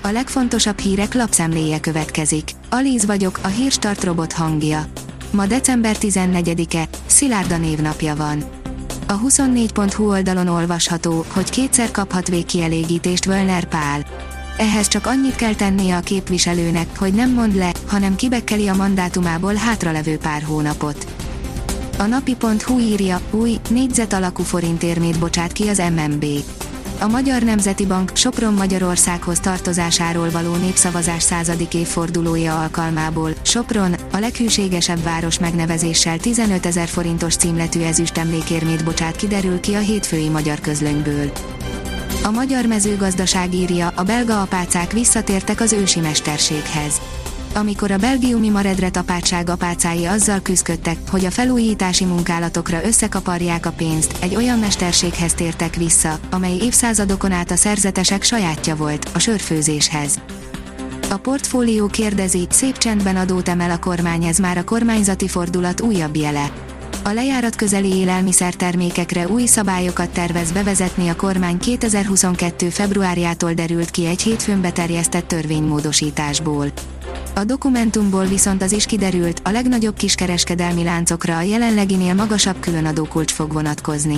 A legfontosabb hírek lapszemléje következik. Alíz vagyok, a Hírstart robot hangja. Ma december 14-e, Szilárda névnapja van. A 24.hu oldalon olvasható, hogy kétszer kaphat végkielégítést Völner Pál. Ehhez csak annyit kell tennie a képviselőnek, hogy nem mond le, hanem kibekkeli a mandátumából hátralevő pár hónapot. A napi.hu írja, új, négyzet alakú forintérmét bocsát ki az MNB. A Magyar Nemzeti Bank Sopron Magyarországhoz tartozásáról való népszavazás 100. évfordulója alkalmából Sopron, a leghűségesebb város megnevezéssel 15 000 forintos címletű ezüstemlékérmét bocsát ki, derül ki a hétfői Magyar Közlönyből. A Magyar Mezőgazdaság írja, a belga apácák visszatértek az ősi mesterséghez. Amikor a belgiumi Maredret apátság apácái azzal küzdködtek, hogy a felújítási munkálatokra összekaparják a pénzt, egy olyan mesterséghez tértek vissza, amely évszázadokon át a szerzetesek sajátja volt, a sörfőzéshez. A Portfólió kérdezi, szép csendben adót emel a kormány, ez már a kormányzati fordulat újabb jele. A lejárat közeli élelmiszertermékekre új szabályokat tervez bevezetni a kormány 2022. februárjától, derült ki egy hétfőn beterjesztett törvénymódosításból. A dokumentumból viszont az is kiderült, a legnagyobb kiskereskedelmi láncokra a jelenleginél magasabb különadókulcs fog vonatkozni.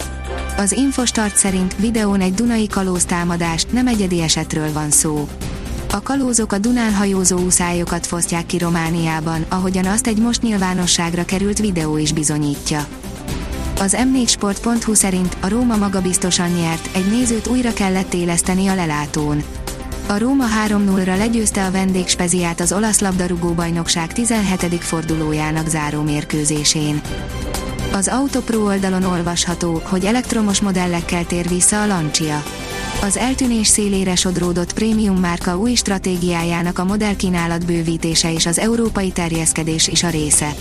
Az Infostart szerint videón egy dunai kalóztámadás, nem egyedi esetről van szó. A kalózok a Dunán hajózó úszályokat fosztják ki Romániában, ahogyan azt egy most nyilvánosságra került videó is bizonyítja. Az m4sport.hu szerint a Róma magabiztosan nyert, egy nézőt újra kellett éleszteni a lelátón. A Róma 3-0-ra legyőzte a vendégspeziját az olasz labdarúgó-bajnokság 17. fordulójának záró mérkőzésén. Az Autopro oldalon olvasható, hogy elektromos modellekkel tér vissza a Lancia. Az eltűnés szélére sodródott prémium márka új stratégiájának a modellkínálat bővítése és az európai terjeszkedés is a része.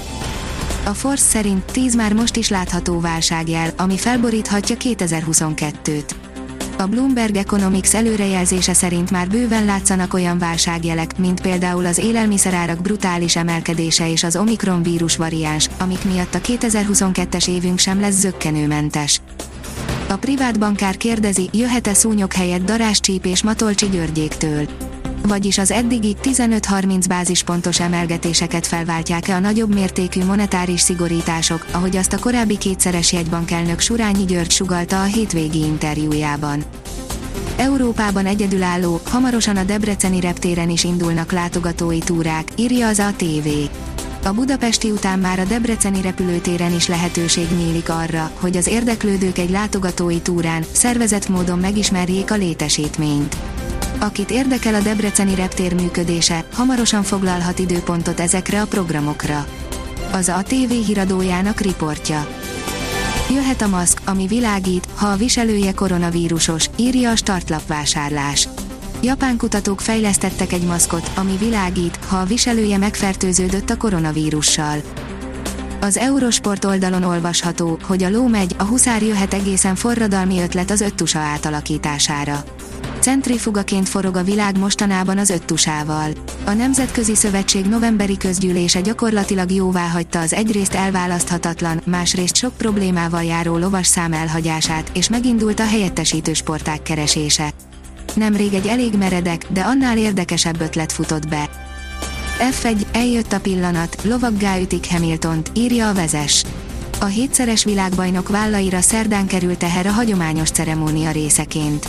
A Force szerint 10 már most is látható válságjel, ami felboríthatja 2022-t. A Bloomberg Economics előrejelzése szerint már bőven látszanak olyan válságjelek, mint például az élelmiszerárak brutális emelkedése és az Omikron vírus variáns, amik miatt a 2022-es évünk sem lesz zökkenőmentes. A privát bankár kérdezi, jöhet-e szúnyog helyett darázscsípés Matolcsi Györgyéktől. Vagyis az eddigi 15-30 bázispontos emelgetéseket felváltják-e a nagyobb mértékű monetáris szigorítások, ahogy azt a korábbi kétszeres jegybankelnök Surányi György sugallta a hétvégi interjújában. Európában egyedülálló, hamarosan a debreceni reptéren is indulnak látogatói túrák, írja az ATV. A budapesti után már a debreceni repülőtéren is lehetőség nyílik arra, hogy az érdeklődők egy látogatói túrán, szervezett módon megismerjék a létesítményt. Akit érdekel a debreceni reptér működése, hamarosan foglalhat időpontot ezekre a programokra. Az ATV híradójának riportja. Jöhet a maszk, ami világít, ha a viselője koronavírusos, írja a Startlapvásárlás. Japán kutatók fejlesztettek egy maszkot, ami világít, ha a viselője megfertőződött a koronavírussal. Az Eurosport oldalon olvasható, hogy a ló megy, a huszár jöhet, egészen forradalmi ötlet az öttusa átalakítására. Centrifugaként forog a világ mostanában az öttusával. A Nemzetközi Szövetség novemberi közgyűlése gyakorlatilag jóváhagyta az egyrészt elválaszthatatlan, másrészt sok problémával járó lovasszám elhagyását, és megindult a helyettesítő sportág keresése. Nemrég egy elég meredek, de annál érdekesebb ötlet futott be. F1, eljött a pillanat, lovaggá ütik Hamiltont, írja a Vezes. A 7-szeres világbajnok vállaira szerdán került teher a hagyományos ceremónia részeként.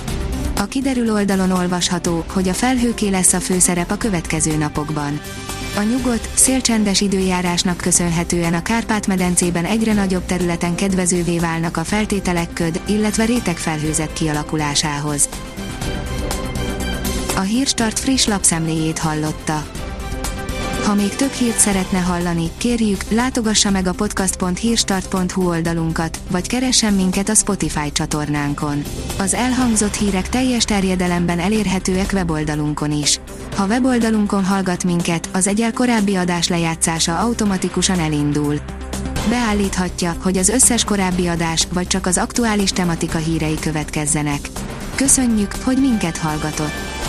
A kiderül oldalon olvasható, hogy a felhőké lesz a főszerep a következő napokban. A nyugodt, szélcsendes időjárásnak köszönhetően a Kárpát-medencében egyre nagyobb területen kedvezővé válnak a feltételek köd, illetve rétegfelhőzet kialakulásához. A Hírstart friss lapszemléjét hallotta. Ha még több hírt szeretne hallani, kérjük, látogassa meg a podcast.hírstart.hu oldalunkat, vagy keressen minket a Spotify csatornánkon. Az elhangzott hírek teljes terjedelemben elérhetőek weboldalunkon is. Ha weboldalunkon hallgat minket, az egyel korábbi adás lejátszása automatikusan elindul. Beállíthatja, hogy az összes korábbi adás, vagy csak az aktuális tematika hírei következzenek. Köszönjük, hogy minket hallgatott!